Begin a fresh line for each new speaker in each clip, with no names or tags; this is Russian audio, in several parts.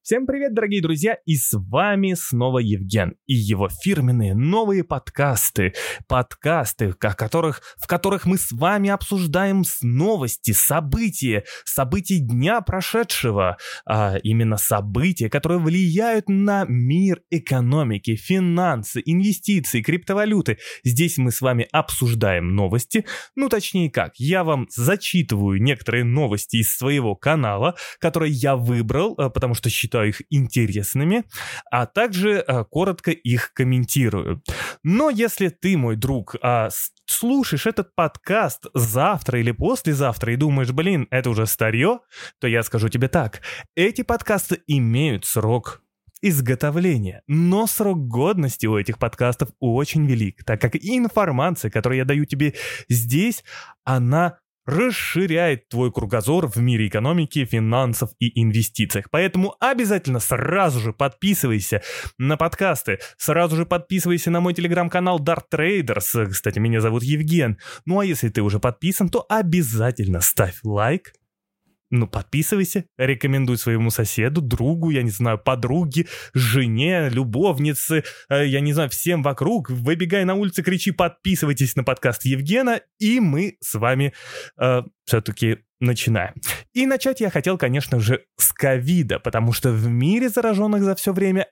Всем привет, дорогие друзья, и с вами снова Евген и его фирменные новые подкасты, в которых мы с вами обсуждаем новости, события дня прошедшего, именно события, которые влияют на мир экономики, финансы, инвестиции, криптовалюты. Здесь мы с вами обсуждаем новости, точнее как, я вам зачитываю некоторые новости из своего канала, которые я выбрал, потому что считаю их интересными, а также коротко их комментирую. Но если ты, мой друг, слушаешь этот подкаст завтра или послезавтра и думаешь, это уже старье, то я скажу тебе так. Эти подкасты имеют срок изготовления, но срок годности у этих подкастов очень велик, так как информация, которую я даю тебе здесь, она расширяет твой кругозор в мире экономики, финансов и инвестиций. Поэтому обязательно сразу же подписывайся на подкасты, сразу же подписывайся на мой телеграм-канал Dart Traders. Кстати, меня зовут Евген. А если ты уже подписан, то обязательно ставь лайк. Подписывайся, рекомендуй своему соседу, другу, подруге, жене, любовнице, всем вокруг. Выбегай на улицу, кричи, подписывайтесь на подкаст Евгена, и мы с вами все-таки начинаем. И начать я хотел, конечно же, с ковида, потому что в мире зараженных за все время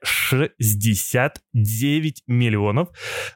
69 миллионов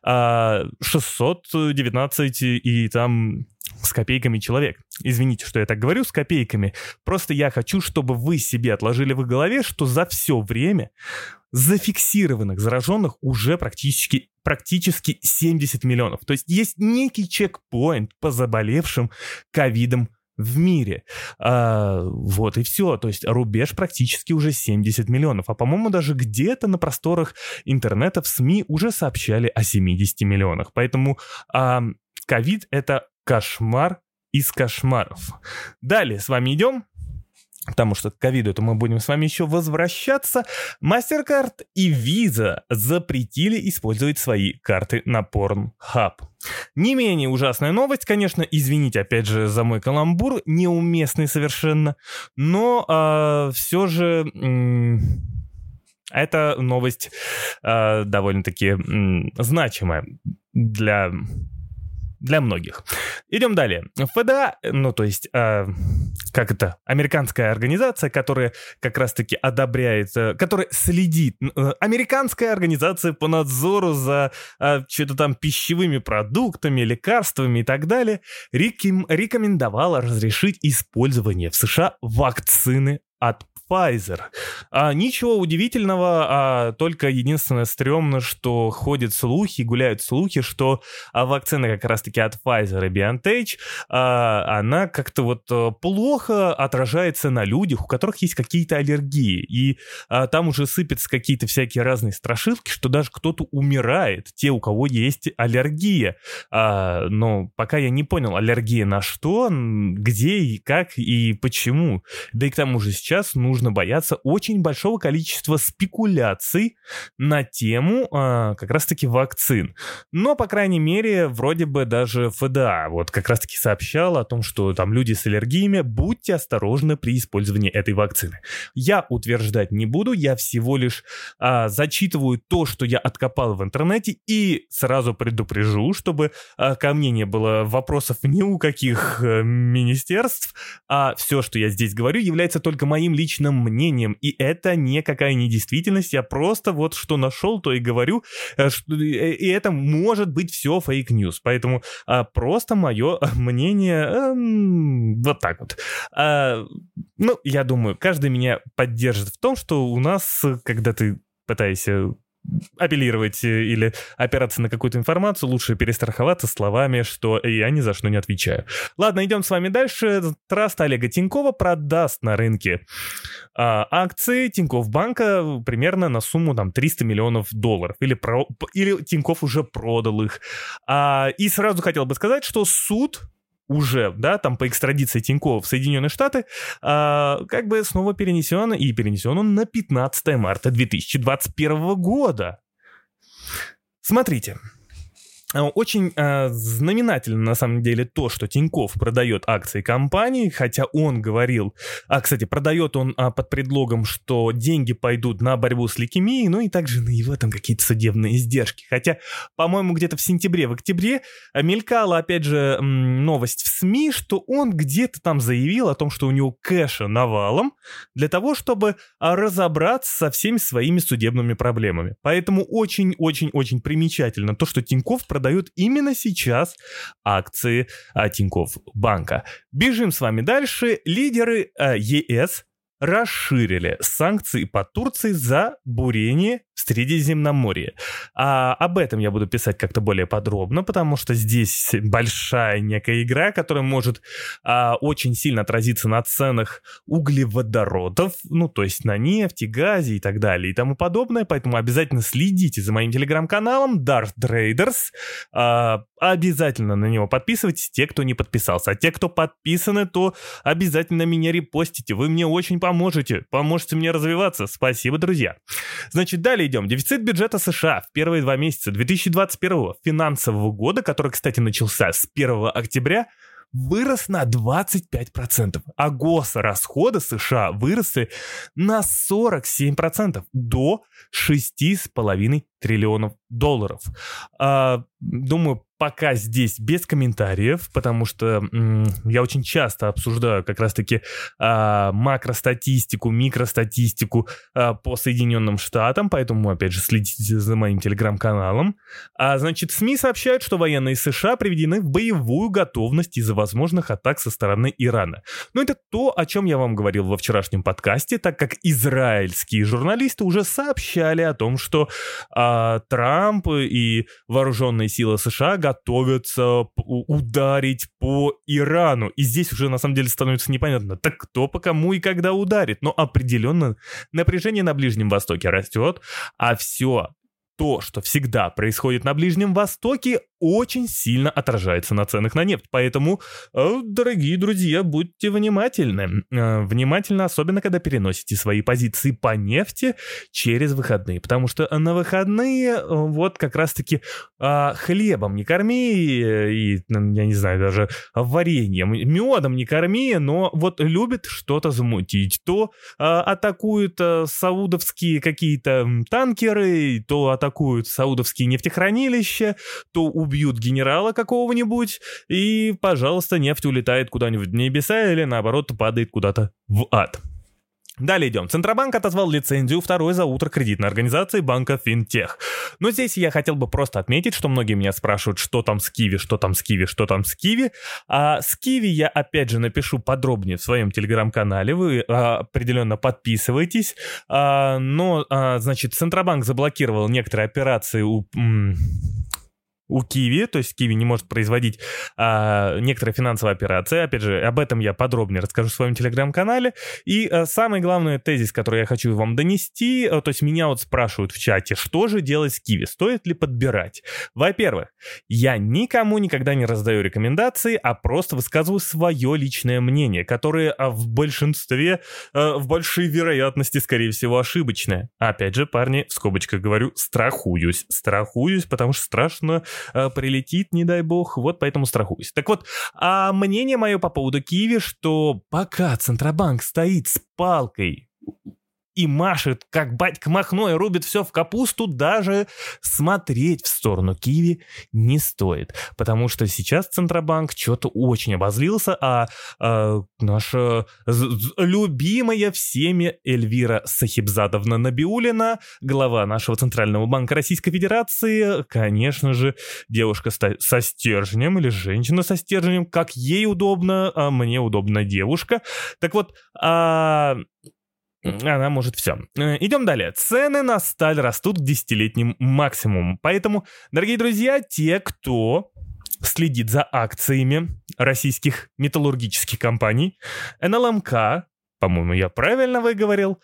619 и там с копейками человек. Извините, что я так говорю, с копейками. Просто я хочу, чтобы вы себе отложили в голове, что за все время зафиксированных зараженных уже практически 70 миллионов. То есть есть некий чекпоинт по заболевшим ковидом в мире. Вот и все. То есть рубеж практически уже 70 миллионов. А по-моему, даже где-то на просторах интернета в СМИ уже сообщали о 70 миллионах. Поэтому ковид — это кошмар из кошмаров. Далее с вами идем, потому что к ковиду мы будем с вами еще возвращаться. MasterCard и Visa запретили использовать свои карты на Pornhub. Не менее ужасная новость, конечно, извините опять же за мой каламбур, неуместный совершенно, но все же эта новость довольно-таки значимая для многих. Идем далее. ФДА, американская организация, которая как раз-таки одобряет, которая следит, американская организация по надзору за что-то там пищевыми продуктами, лекарствами и так далее, рекомендовала разрешить использование в США вакцины от Pfizer. Ничего удивительного, только единственное стрёмно, что гуляют слухи, что вакцина как раз-таки от Pfizer и BioNTech, она как-то плохо отражается на людях, у которых есть какие-то аллергии. И там уже сыпятся какие-то всякие разные страшилки, что даже кто-то умирает, те, у кого есть аллергия. Но пока я не понял, аллергия на что, где и как и почему. Да и к тому же сейчас нужно бояться очень большого количества спекуляций на тему как раз-таки вакцин. Но, по крайней мере, вроде бы даже ФДА как раз-таки сообщала о том, что там люди с аллергиями, будьте осторожны при использовании этой вакцины. Я утверждать не буду, я всего лишь зачитываю то, что я откопал в интернете, и сразу предупрежу, чтобы ко мне не было вопросов ни у каких министерств, а все, что я здесь говорю, является только моим личным мнением, и это никакая не действительность, я просто что нашел, то и говорю, и это может быть все фейк-ньюс, поэтому просто мое мнение вот так вот. Я думаю, каждый меня поддержит в том, что у нас, когда ты пытаешься апеллировать или опираться на какую-то информацию, лучше перестраховаться словами, что я ни за что не отвечаю. Ладно, идем с вами дальше. Траст Олега Тинькова продаст на рынке акции Тинькофф банка примерно на сумму $300 миллионов. Или Тинькофф уже продал их. И сразу хотел бы сказать, что суд уже, по экстрадиции Тинькова в Соединенные Штаты, снова перенесен, и перенесен он на 15 марта 2021 года. Смотрите, Очень знаменательно, на самом деле, то, что Тинькофф продает акции компании, хотя он говорил... кстати, продает он под предлогом, что деньги пойдут на борьбу с лейкемией, ну и также на его там какие-то судебные издержки. Хотя, по-моему, где-то в сентябре, в октябре мелькала, опять же, новость в СМИ, что он где-то там заявил о том, что у него кэша навалом для того, чтобы разобраться со всеми своими судебными проблемами. Поэтому очень-очень-очень примечательно то, что Тинькофф продают именно сейчас акции Тинькофф банка. Бежим с вами дальше. Лидеры ЕС расширили санкции по Турции за бурение в Средиземноморье. Об этом я буду писать как-то более подробно, потому что здесь большая некая игра, которая может очень сильно отразиться на ценах углеводородов, ну, то есть на нефти, газе и так далее и тому подобное, поэтому обязательно следите за моим телеграм-каналом Dart Traders, обязательно на него подписывайтесь, те, кто не подписался, а те, кто подписаны, то обязательно меня репостите, вы мне очень поможете мне развиваться, спасибо, друзья. Значит, далее идем. Дефицит бюджета США в первые 2 месяца 2021 финансового года, который, кстати, начался с 1 октября, вырос на 25%, а госрасходы США выросли на 47%, до $6,5 триллионов. Думаю, пока здесь без комментариев, потому что я очень часто обсуждаю как раз-таки макростатистику, микростатистику по Соединенным Штатам, поэтому, опять же, следите за моим телеграм-каналом. Значит, СМИ сообщают, что военные США приведены в боевую готовность из-за возможных атак со стороны Ирана. Но это то, о чем я вам говорил во вчерашнем подкасте, так как израильские журналисты уже сообщали о том, что Трамп и вооруженные силы США готовятся ударить по Ирану. И здесь уже на самом деле становится непонятно, так кто по кому и когда ударит. Но определенно напряжение на Ближнем Востоке растет, а все то, что всегда происходит на Ближнем Востоке, очень сильно отражается на ценах на нефть. Поэтому, дорогие друзья, будьте внимательны. Внимательно, особенно когда переносите свои позиции по нефти через выходные. Потому что на выходные вот как раз-таки хлебом не корми, и, я не знаю, даже вареньем, медом не корми, но вот любит что-то замутить. То атакуют саудовские какие-то танкеры, то атакуют саудовские нефтехранилища, то убьют генерала какого-нибудь, и, пожалуйста, нефть улетает куда-нибудь в небеса или, наоборот, падает куда-то в ад. Далее идем. Центробанк отозвал лицензию второй за утро кредитной организации банка Финтех. Но здесь я хотел бы просто отметить, что многие меня спрашивают, что там с Киви, что там с Киви, что там с Киви. С Киви я опять же напишу подробнее в своем телеграм-канале, вы определенно подписывайтесь. Значит, Центробанк заблокировал некоторые операции у Киви, то есть Киви не может производить некоторые финансовые операции. Опять же, об этом я подробнее расскажу в своем телеграм-канале. И самый главный тезис, который я хочу вам донести, то есть меня вот спрашивают в чате, что же делать с Киви, стоит ли подбирать? Во-первых, я никому никогда не раздаю рекомендации, а просто высказываю свое личное мнение, которое в большинстве, в большой вероятности, скорее всего, ошибочное. Опять же, парни, в скобочках говорю, страхуюсь, потому что страшно прилетит, не дай бог, вот поэтому страхуюсь. Так вот, мнение мое по поводу Киви, что пока Центробанк стоит с палкой и машет, как батька Махно, и рубит все в капусту, даже смотреть в сторону Киви не стоит. Потому что сейчас Центробанк что-то очень обозлился, наша любимая всеми Эльвира Сахибзадовна Набиуллина, глава нашего Центрального банка Российской Федерации, конечно же, девушка со стержнем или женщина со стержнем, как ей удобно, а мне удобно девушка. Так вот, она может все. Идем далее. Цены на сталь растут к 10-летним максимуму. Поэтому, дорогие друзья, те, кто следит за акциями российских металлургических компаний, НЛМК, по-моему, я правильно выговорил,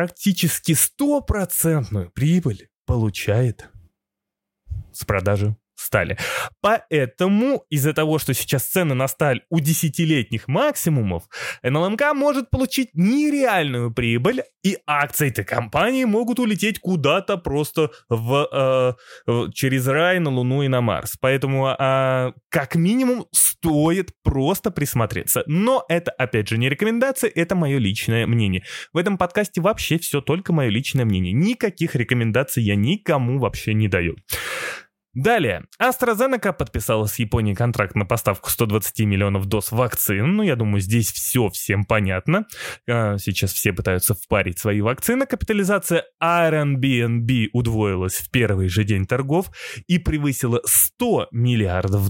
практически 100% прибыль получает с продажи стали. Поэтому из-за того, что сейчас цены на сталь у десятилетних максимумов, НЛМК может получить нереальную прибыль, и акции этой компании могут улететь куда-то просто через рай, на Луну и на Марс. Поэтому как минимум стоит просто присмотреться. Но это, опять же, не рекомендация, это мое личное мнение. В этом подкасте вообще все только мое личное мнение. Никаких рекомендаций я никому вообще не даю. Далее. AstraZeneca подписала с Японией контракт на поставку 120 миллионов доз вакцин. Ну, я думаю, здесь все всем понятно. Сейчас все пытаются впарить свои вакцины. Капитализация Airbnb удвоилась в первый же день торгов и превысила $100 миллиардов.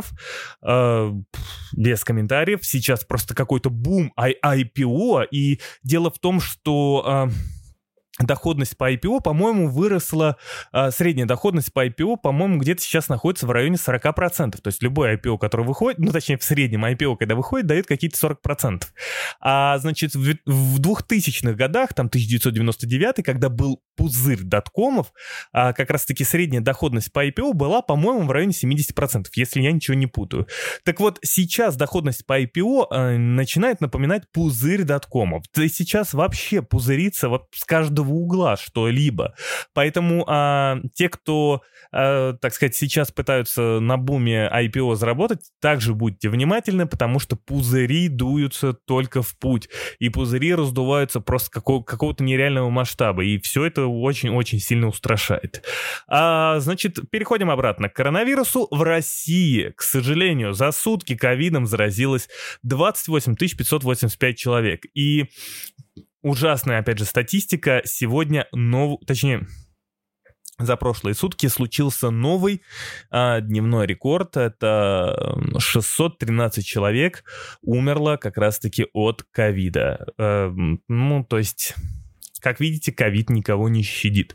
Без комментариев. Сейчас просто какой-то бум IPO. И дело в том, что... доходность по IPO, по-моему, выросла, средняя доходность по IPO, по-моему, где-то сейчас находится в районе 40%. То есть любой IPO, который выходит, ну, точнее, в среднем IPO, когда выходит, дает какие-то 40%. А, значит, в 2000-х годах, там, 1999, когда был пузырь доткомов, как раз-таки средняя доходность по IPO была, по-моему, в районе 70%, если я ничего не путаю. Так вот, сейчас доходность по IPO начинает напоминать пузырь доткомов. То есть сейчас вообще пузырится вот с каждого угла что-либо. Поэтому те, кто, так сказать, сейчас пытаются на буме IPO заработать, также будьте внимательны, потому что пузыри дуются только в путь. И пузыри раздуваются просто какого-то нереального масштаба. И все это очень-очень сильно устрашает. Значит, переходим обратно к коронавирусу. В России, к сожалению, за сутки ковидом заразилось 28 585 человек. И ужасная, опять же, статистика. Сегодня, точнее, за прошлые сутки случился новый дневной рекорд. Это 613 человек умерло как раз-таки от ковида. Ну, то есть, как видите, ковид никого не щадит.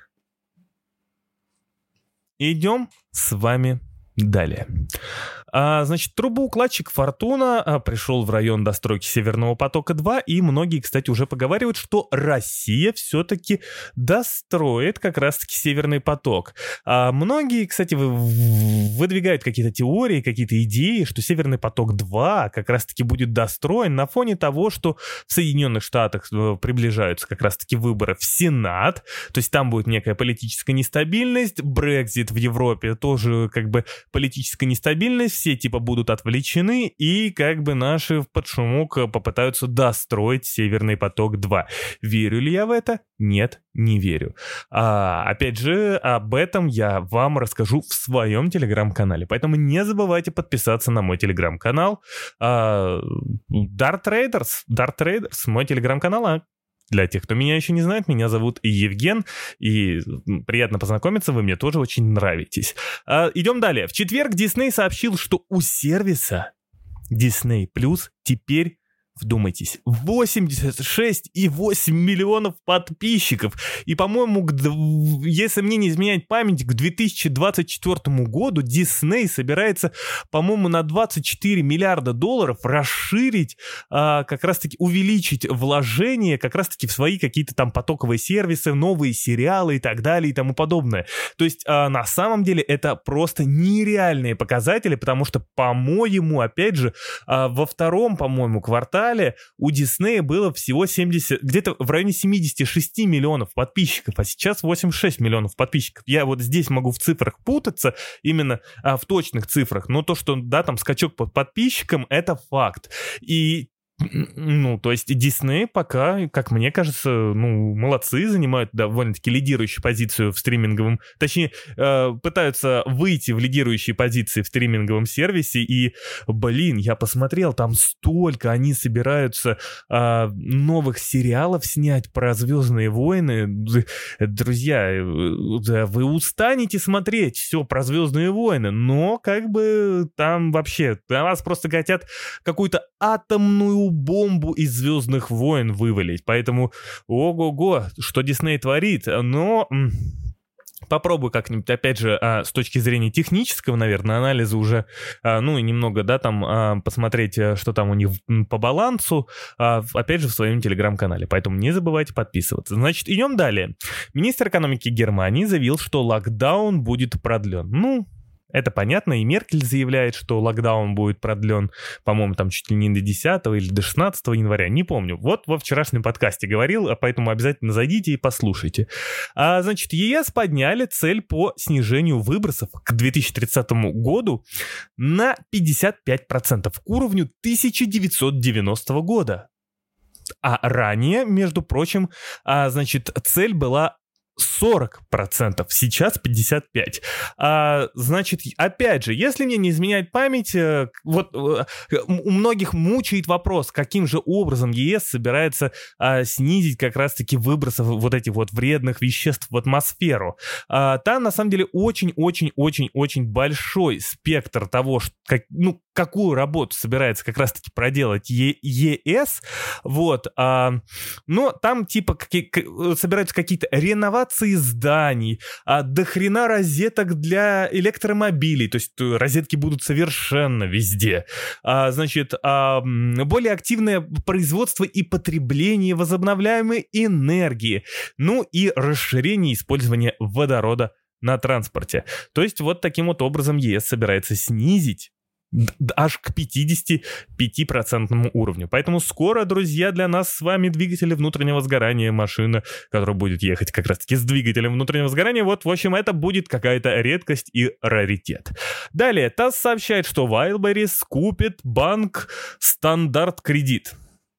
Идем с вами далее. Значит, трубоукладчик «Фортуна» пришел в район достройки Северного потока-2, и многие, кстати, уже поговаривают, что Россия все-таки достроит как раз-таки Северный поток. Многие, кстати, выдвигают какие-то теории, какие-то идеи, что Северный поток-2 как раз-таки будет достроен на фоне того, что в Соединенных Штатах приближаются как раз-таки выборы в Сенат, то есть там будет некая политическая нестабильность, Брексит в Европе тоже как бы политическая нестабильность, все типа будут отвлечены, и как бы наши под шумок попытаются достроить Северный поток-2. Верю ли я в это? Нет, не верю. Опять же, об этом я вам расскажу в своем телеграм-канале, поэтому не забывайте подписаться на мой телеграм-канал. Dart Traders, мой телеграм-канал. Для тех, кто меня еще не знает, меня зовут Евген, и приятно познакомиться, вы мне тоже очень нравитесь. Идем далее. В четверг Disney сообщил, что у сервиса Disney Plus теперь, вдумайтесь, 86,8 миллионов подписчиков. И, по-моему, если мне не изменяет память, к 2024 году Disney собирается, по-моему, на $24 миллиарда расширить, как раз-таки увеличить вложения как раз-таки в свои какие-то там потоковые сервисы, новые сериалы и так далее и тому подобное. То есть, на самом деле, это просто нереальные показатели, потому что, по-моему, опять же, во втором, по-моему, квартале у Disney было всего где-то в районе 76 миллионов подписчиков, а сейчас 86 миллионов подписчиков. Я вот здесь могу в цифрах путаться, именно в точных цифрах, но то, что, да, там скачок по подписчикам, это факт. И ну, то есть Disney пока, как мне кажется, ну, молодцы, занимают довольно-таки лидирующую позицию в стриминговом, точнее, пытаются выйти в лидирующие позиции в стриминговом сервисе, и, блин, я посмотрел, там столько, они собираются новых сериалов снять про «Звездные войны». Друзья, вы устанете смотреть все про «Звездные войны», но как бы там вообще, на вас просто хотят какую-то атомную бомбу из «Звездных войн» вывалить. Поэтому, ого-го, что Дисней творит. Но попробую как-нибудь, опять же, с точки зрения технического, наверное, анализа уже, ну и немного, да, там посмотреть, что там у них по балансу, опять же, в своем телеграм-канале. Поэтому не забывайте подписываться. Значит, идем далее. Министр экономики Германии заявил, что локдаун будет продлен. Ну, Это понятно, и Меркель заявляет, что локдаун будет продлен, по-моему, там чуть ли не до 10 или до 16 января, не помню. Вот во вчерашнем подкасте говорил, поэтому обязательно зайдите и послушайте. Значит, ЕС подняли цель по снижению выбросов к 2030 году на 55% к уровню 1990 года. А ранее, между прочим, значит, цель была 40%, сейчас 55%. Значит, опять же, если мне не изменяет память, вот у многих мучает вопрос, каким же образом ЕС собирается снизить как раз-таки выбросы вот этих вот вредных веществ в атмосферу. Там, на самом деле, очень-очень-очень-очень большой спектр того, какую работу собирается как раз-таки проделать ЕС, вот, но там типа собираются какие-то реновации зданий, до хрена розеток для электромобилей, то есть розетки будут совершенно везде, значит, более активное производство и потребление возобновляемой энергии, ну и расширение использования водорода на транспорте. То есть вот таким вот образом ЕС собирается снизить аж к 55% уровню. Поэтому скоро, друзья, для нас с вами двигатели внутреннего сгорания, машина, которая будет ехать как раз-таки с двигателем внутреннего сгорания. Вот, в общем, это будет какая-то редкость и раритет. Далее, ТАСС сообщает, что Wildberries купит банк Стандарт Кредит.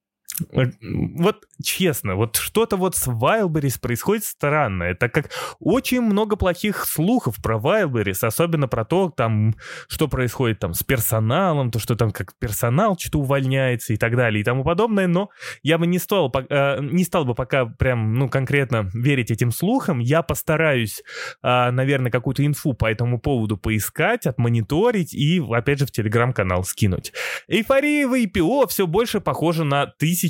Вот честно, вот что-то вот с Wildberries происходит странное, так как очень много плохих слухов про Wildberries, особенно про то, там, что происходит там с персоналом, то, что там как персонал что-то увольняется и так далее и тому подобное, но я бы не стал бы пока прям, конкретно верить этим слухам. Я постараюсь, наверное, какую-то инфу по этому поводу поискать, отмониторить и, опять же, в Телеграм-канал скинуть. Эйфория в IPO все больше похожа на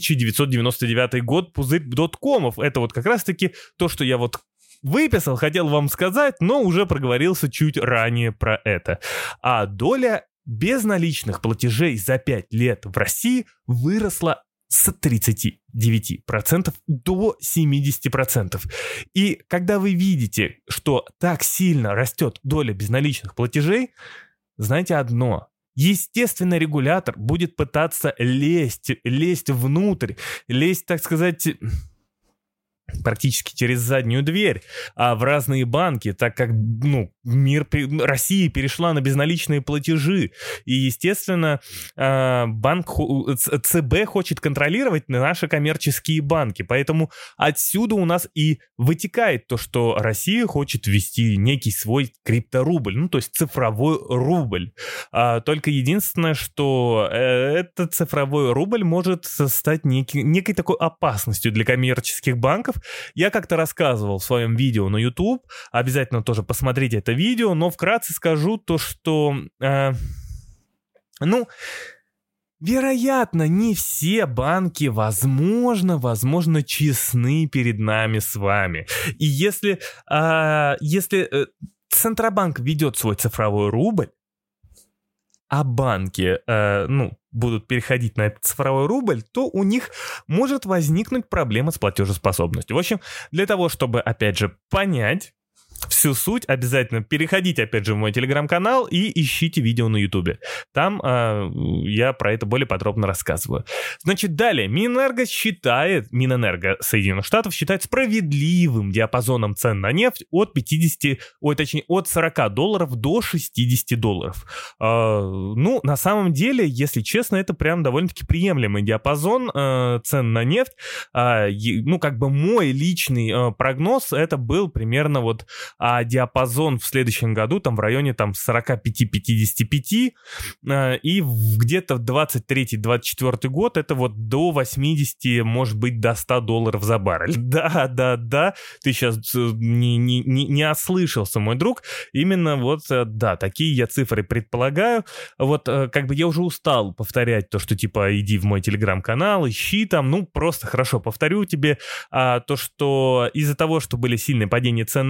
1999 год пузырь доткомов. Это вот как раз-таки то, что я вот выписал, хотел вам сказать, но уже проговорился чуть ранее про это. А доля безналичных платежей за 5 лет в России выросла с 39% до 70%. И когда вы видите, что так сильно растет доля безналичных платежей, знаете одно – естественно, регулятор будет пытаться лезть внутрь, лезть, так сказать, практически через заднюю дверь, в разные банки, так как, Россия перешла на безналичные платежи. И, естественно, ЦБ хочет контролировать наши коммерческие банки. Поэтому отсюда у нас и вытекает то, что Россия хочет ввести некий свой крипторубль, то есть цифровой рубль. Только единственное, что этот цифровой рубль может стать некой такой опасностью для коммерческих банков. Я как-то рассказывал в своем видео на YouTube, обязательно тоже посмотрите это видео, но вкратце скажу то, что, вероятно, не все банки, возможно, честны перед нами с вами. И если Центробанк ведет свой цифровой рубль, а банки, будут переходить на этот цифровой рубль, то у них может возникнуть проблема с платежеспособностью. В общем, для того, чтобы, опять же, понять всю суть, обязательно переходите, опять же, в мой телеграм-канал и ищите видео на ютубе. Там я про это более подробно рассказываю. Значит, далее. Минэнерго Соединенных Штатов считает справедливым диапазоном цен на нефть от $40 до $60. На самом деле, если честно, это прям довольно-таки приемлемый диапазон цен на нефть. Мой личный прогноз, это был примерно диапазон в следующем году там в районе 45-55, и где-то в 23-24 год это до 80, может быть, до $100 за баррель. Да, ты сейчас не ослышался, мой друг. Именно такие я цифры предполагаю. Я уже устал повторять то, что иди в мой телеграм-канал, ищи там, просто хорошо повторю тебе то, что из-за того, что были сильные падения цен на нефть,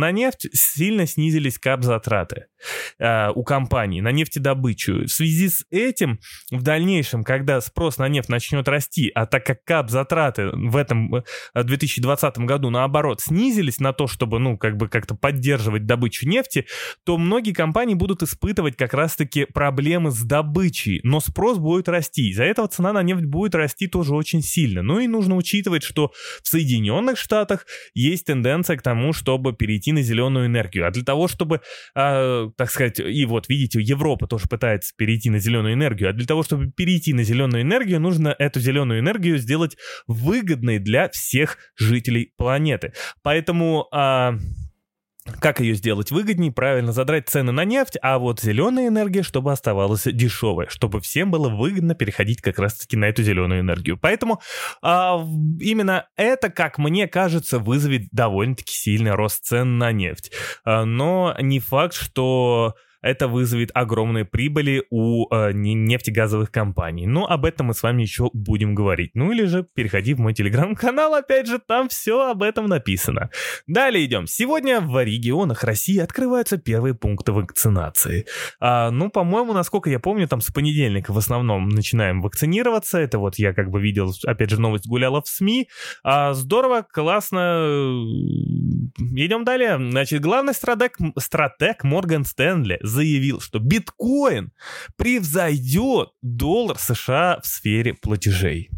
сильно снизились капзатраты у компаний на нефтедобычу. В связи с этим в дальнейшем, когда спрос на нефть начнет расти, а так как капзатраты в этом 2020 году наоборот снизились на то, чтобы, как-то поддерживать добычу нефти, то многие компании будут испытывать как раз-таки проблемы с добычей, но спрос будет расти. Из-за этого цена на нефть будет расти тоже очень сильно. Ну и нужно учитывать, что в Соединенных Штатах есть тенденция к тому, чтобы перейти на зеленую энергию. А для того, чтобы, так сказать, и вот видите, Европа тоже пытается перейти на зеленую энергию, а для того, чтобы перейти на зеленую энергию, нужно эту зеленую энергию сделать выгодной для всех жителей планеты. Поэтому... Как ее сделать выгоднее? Правильно, задрать цены на нефть, а вот зеленая энергия, чтобы оставалась дешевой, чтобы всем было выгодно переходить как раз-таки на эту зеленую энергию. Поэтому именно это, как мне кажется, вызовет довольно-таки сильный рост цен на нефть. Но не факт, что... это вызовет огромные прибыли у нефтегазовых компаний. Но об этом мы с вами еще будем говорить. Ну или же переходи в мой телеграм-канал, опять же, там все об этом написано. Далее идем. Сегодня в регионах России открываются первые пункты вакцинации. По-моему, насколько я помню, там с понедельника в основном начинаем вакцинироваться. Это вот я как бы видел, опять же, новость гуляла в СМИ. Здорово, классно. Идем далее. Значит, главный стратег Морган Стэнли заявил, что биткоин превзойдет доллар США в сфере платежей.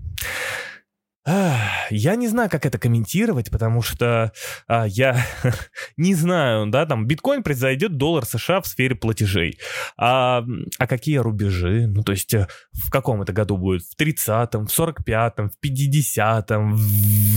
Я не знаю, как это комментировать, потому что я не знаю, да, там биткоин превзойдет доллар США в сфере платежей. А какие рубежи? Ну, то есть в каком это году будет? В 30-м, в 45-м, в 50-м, в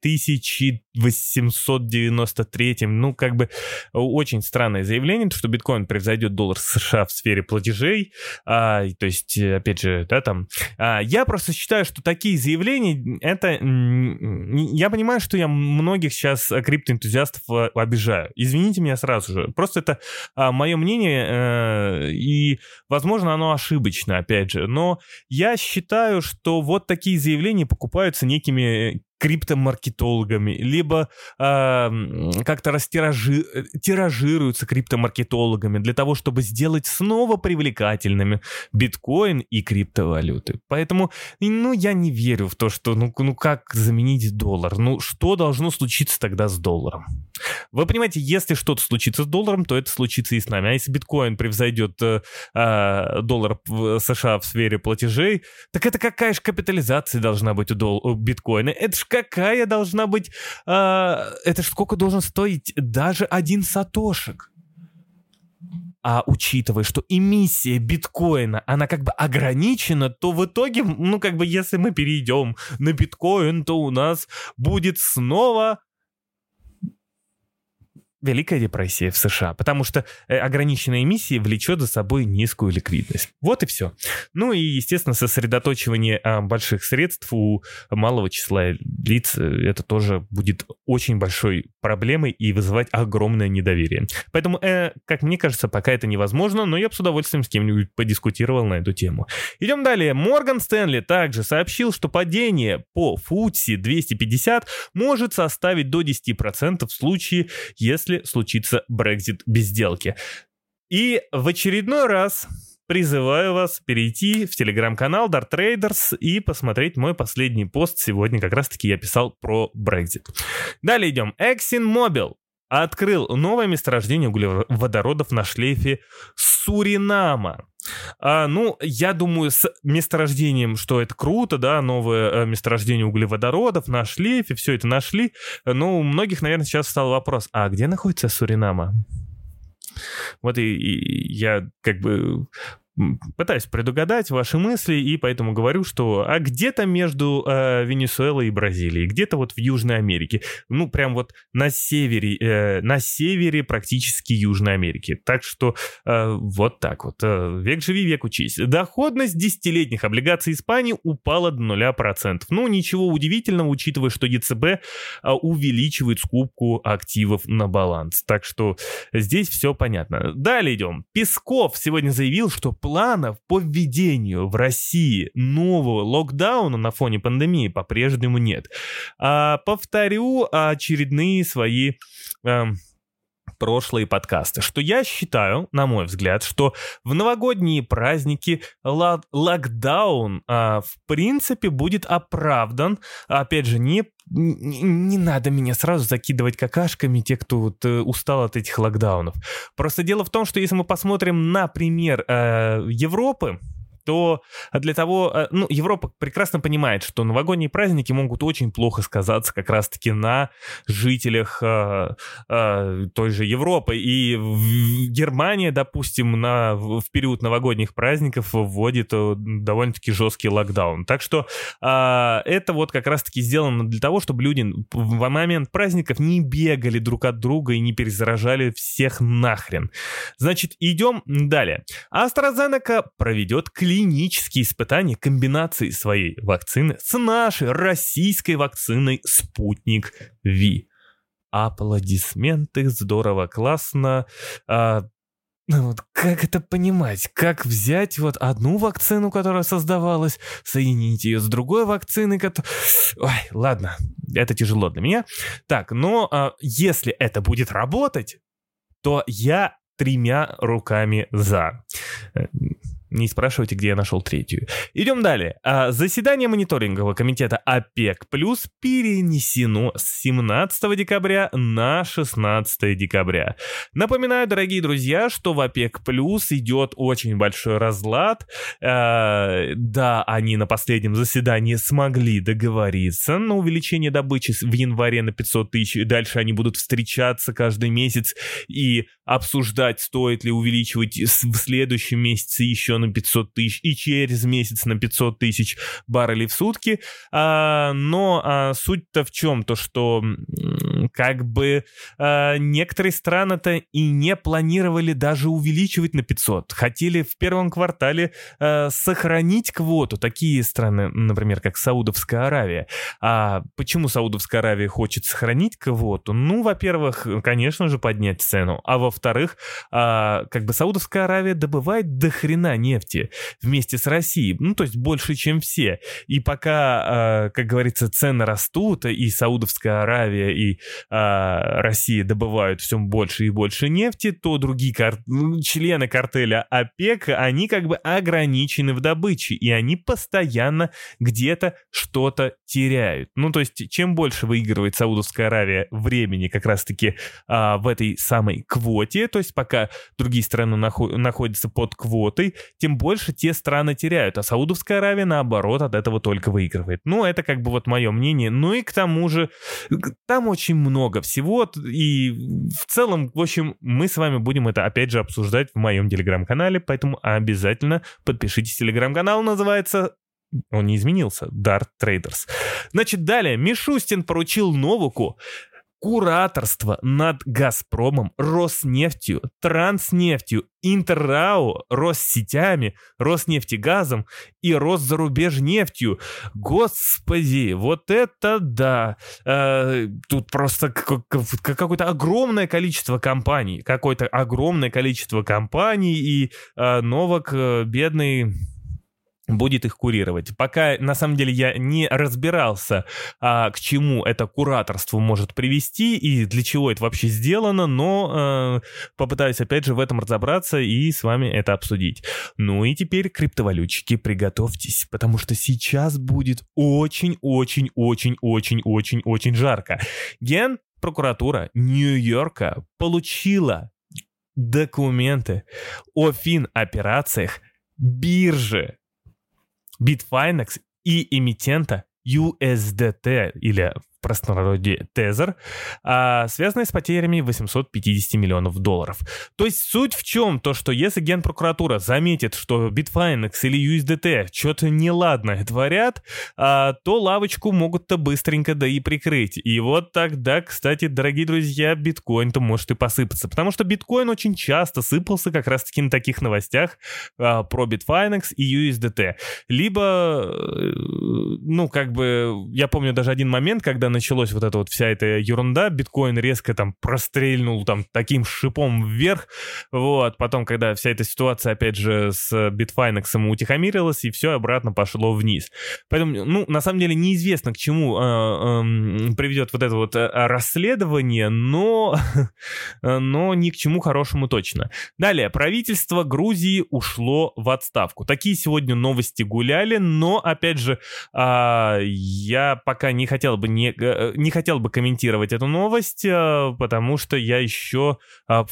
2893-м? Ну, как бы очень странное заявление, что биткоин превзойдет доллар США в сфере платежей. То есть, опять же, да, там... Я просто считаю, что такие заявления... Я понимаю, что я многих сейчас криптоэнтузиастов обижаю. Извините меня сразу же. Просто это мое мнение, и, возможно, оно ошибочно, опять же. Но я считаю, что вот такие заявления покупаются некими криптомаркетологами, либо как-то тиражируются криптомаркетологами для того, чтобы сделать снова привлекательными биткоин и криптовалюты. Поэтому, я не верю в то, что, как заменить доллар? Что должно случиться тогда с долларом? Вы понимаете, если что-то случится с долларом, то это случится и с нами. А если биткоин превзойдет доллар в США в сфере платежей, так это какая же капитализация должна быть у биткоина? Это ж какая должна быть... это ж сколько должен стоить даже один сатошек? А учитывая, что эмиссия биткоина, она как бы ограничена, то в итоге, если мы перейдем на биткоин, то у нас будет снова... Великая депрессия в США, потому что ограниченная эмиссия влечет за собой низкую ликвидность. Вот и все. Ну и, естественно, сосредоточивание больших средств у малого числа лиц, это тоже будет очень большой проблемой и вызывать огромное недоверие. Поэтому, как мне кажется, пока это невозможно, но я бы с удовольствием с кем-нибудь подискутировал на эту тему. Идем далее. Морган Стэнли также сообщил, что падение по FTSE 250 может составить до 10% в случае, если случится Brexit без сделки. И в очередной раз призываю вас перейти в телеграм-канал Dart Traders и посмотреть мой последний пост. Сегодня как раз-таки я писал про Brexit. Далее идем. ExxonMobil открыл новое месторождение углеводородов на шлейфе Суринама. Я думаю, с месторождением, что это круто, да, новое месторождение углеводородов на шлейфе, все это нашли. Но у многих, наверное, сейчас встал вопрос, а где находится Суринама? Вот и я как бы пытаюсь предугадать ваши мысли, и поэтому говорю, что где-то между Венесуэлой и Бразилией, где-то вот в Южной Америке, прям вот на севере практически Южной Америки. Так что вот так вот. Век живи, век учись. Доходность десятилетних облигаций Испании упала до 0%. Ничего удивительного, учитывая, что ЕЦБ увеличивает скупку активов на баланс. Так что здесь все понятно. Далее идем. Песков сегодня заявил, что планов по введению в России нового локдауна на фоне пандемии по-прежнему нет. Повторю очередные свои прошлые подкасты, что я считаю, на мой взгляд, что в новогодние праздники локдаун в принципе будет оправдан. Опять же, не надо меня сразу закидывать какашками, те, кто вот устал от этих локдаунов. Просто дело в том, что если мы посмотрим на пример Европы, то для того... Европа прекрасно понимает, что новогодние праздники могут очень плохо сказаться как раз-таки на жителях той же Европы. И Германия, допустим, в период новогодних праздников вводит довольно-таки жесткий локдаун. Так что это вот как раз-таки сделано для того, чтобы люди в момент праздников не бегали друг от друга и не перезаражали всех нахрен. Значит, идем далее. AstraZeneca проведет клинические испытания комбинации своей вакцины с нашей российской вакциной «Спутник Ви». Аплодисменты, здорово, классно. Вот как это понимать? Как взять вот одну вакцину, которая создавалась, соединить ее с другой вакциной, которая... Ой, ладно, это тяжело для меня. Так, но если это будет работать, то я 3 руками за. Не спрашивайте, где я нашел третью. Идем далее. Заседание мониторингового комитета ОПЕК+ перенесено с 17 декабря на 16 декабря. Напоминаю, дорогие друзья, что в ОПЕК+ идет очень большой разлад. Да, они на последнем заседании смогли договориться на увеличение добычи в январе на 500 тысяч. И дальше они будут встречаться каждый месяц и обсуждать, стоит ли увеличивать в следующем месяце еще на 500 тысяч и через месяц на 500 тысяч баррелей в сутки. Но суть-то в чем? То, что как бы некоторые страны-то и не планировали даже увеличивать на 500. Хотели в первом квартале сохранить квоту. Такие страны, например, как Саудовская Аравия. А почему Саудовская Аравия хочет сохранить квоту? Ну, во-первых, конечно же, поднять цену. А во-вторых, как бы Саудовская Аравия добывает до хрена нефти вместе с Россией. Ну, то есть больше, чем все. И пока, как говорится, цены растут, и Саудовская Аравия, и Россия добывают все больше и больше нефти, то другие члены картеля ОПЕК, они как бы ограничены в добыче, и они постоянно где-то что-то теряют. Ну, то есть чем больше выигрывает Саудовская Аравия времени как раз-таки в этой самой квоте, то есть пока другие страны находятся под квотой, тем больше те страны теряют, а Саудовская Аравия, наоборот, от этого только выигрывает. Ну, это как бы вот мое мнение. Ну и к тому же, там очень много всего, и в целом, в общем, мы с вами будем это, опять же, обсуждать в моем телеграм-канале, поэтому обязательно подпишитесь. Телеграм-канал называется... Он не изменился. Dart Traders. Значит, далее. Мишустин поручил Новаку кураторство над «Газпромом», «Роснефтью», «Транснефтью», «Интеррао», «Россетями», «Роснефтегазом» и «Росзарубежнефтью». Господи, вот это да! Тут просто какое-то огромное количество компаний. И Новак, бедный... будет их курировать. Пока, на самом деле, я не разбирался, к чему это кураторство может привести и для чего это вообще сделано, но попытаюсь, опять же, в этом разобраться и с вами это обсудить. Ну и теперь, криптовалютчики, приготовьтесь, потому что сейчас будет очень-очень-очень-очень-очень жарко. Генпрокуратура Нью-Йорка получила документы о фин-операциях биржи Bitfinex и эмитента USDT, или в простонародье Tether, связанные с потерями 850 миллионов долларов. То есть суть в чем? То, что если Генпрокуратура заметит, что Bitfinex или USDT что-то неладное творят, то лавочку могут-то быстренько да и прикрыть. И вот тогда, кстати, дорогие друзья, биткоин-то может и посыпаться. Потому что биткоин очень часто сыпался как раз-таки на таких новостях про Bitfinex и USDT. Либо, ну, как бы, я помню даже один момент, когда началась вот эта вот вся эта ерунда, биткоин резко там прострельнул там таким шипом вверх, вот, потом, когда вся эта ситуация, опять же, с Bitfinex утихомирилась, и все обратно пошло вниз. Поэтому, ну, на самом деле, неизвестно, к чему приведет вот это вот расследование, но ни к чему хорошему точно. Далее, правительство Грузии ушло в отставку. Такие сегодня новости гуляли, но, опять же, я пока не хотел бы комментировать эту новость, потому что я еще в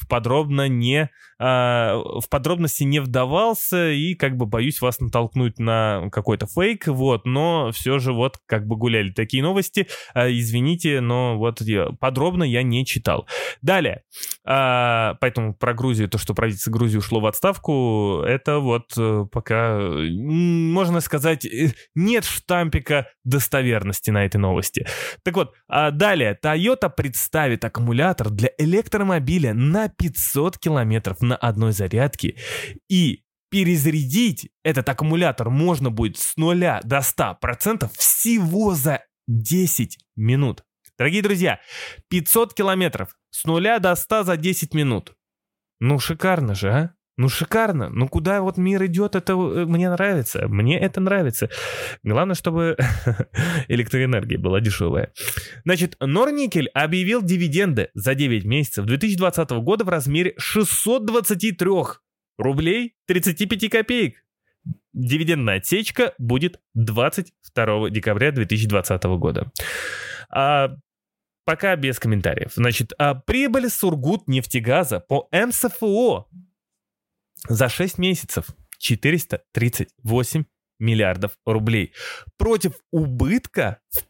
подробности не вдавался и как бы боюсь вас натолкнуть на какой-то фейк, вот, но все же вот как бы гуляли такие новости, извините, но вот подробно я не читал. Далее, поэтому про Грузию, то, что правительство Грузии ушло в отставку, это вот пока, можно сказать, нет штампика достоверности на этой новости. Так вот, далее, Toyota представит аккумулятор для электромобиля на 500 километров на одной зарядке, и перезарядить этот аккумулятор можно будет с 0 до 100% всего за 10 минут. Дорогие друзья, 500 километров с 0 до 100 за 10 минут. Ну, шикарно же, а? Ну, шикарно. Ну, куда вот мир идет, это мне нравится. Мне это нравится. Главное, чтобы электроэнергия была дешевая. Значит, Норникель объявил дивиденды за 9 месяцев 2020 года в размере 623 рублей 35 копеек. Дивидендная отсечка будет 22 декабря 2020 года. Пока без комментариев. Значит, прибыль Сургутнефтегаза по МСФО за 6 месяцев 438 миллиардов рублей против убытка в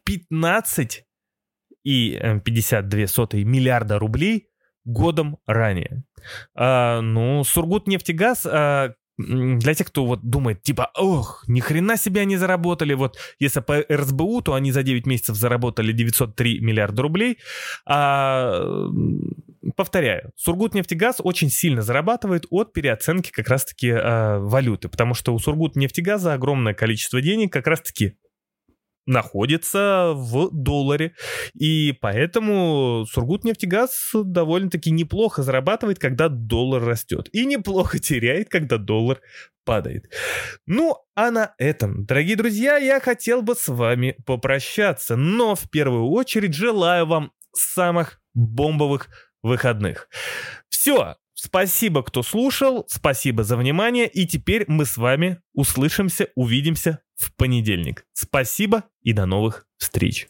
15,52 миллиарда рублей годом ранее. Сургутнефтегаз, для тех, кто вот думает, типа, ох, ни хрена себе они заработали, вот если по РСБУ, то они за 9 месяцев заработали 903 миллиарда рублей. Повторяю, Сургутнефтегаз очень сильно зарабатывает от переоценки как раз-таки валюты, потому что у Сургутнефтегаза огромное количество денег как раз-таки находится в долларе, и поэтому Сургутнефтегаз довольно-таки неплохо зарабатывает, когда доллар растет, и неплохо теряет, когда доллар падает. Ну, а на этом, дорогие друзья, я хотел бы с вами попрощаться, но в первую очередь желаю вам самых бомбовых выходных. Все, спасибо, кто слушал, спасибо за внимание, и теперь мы с вами услышимся, увидимся в понедельник. Спасибо и до новых встреч.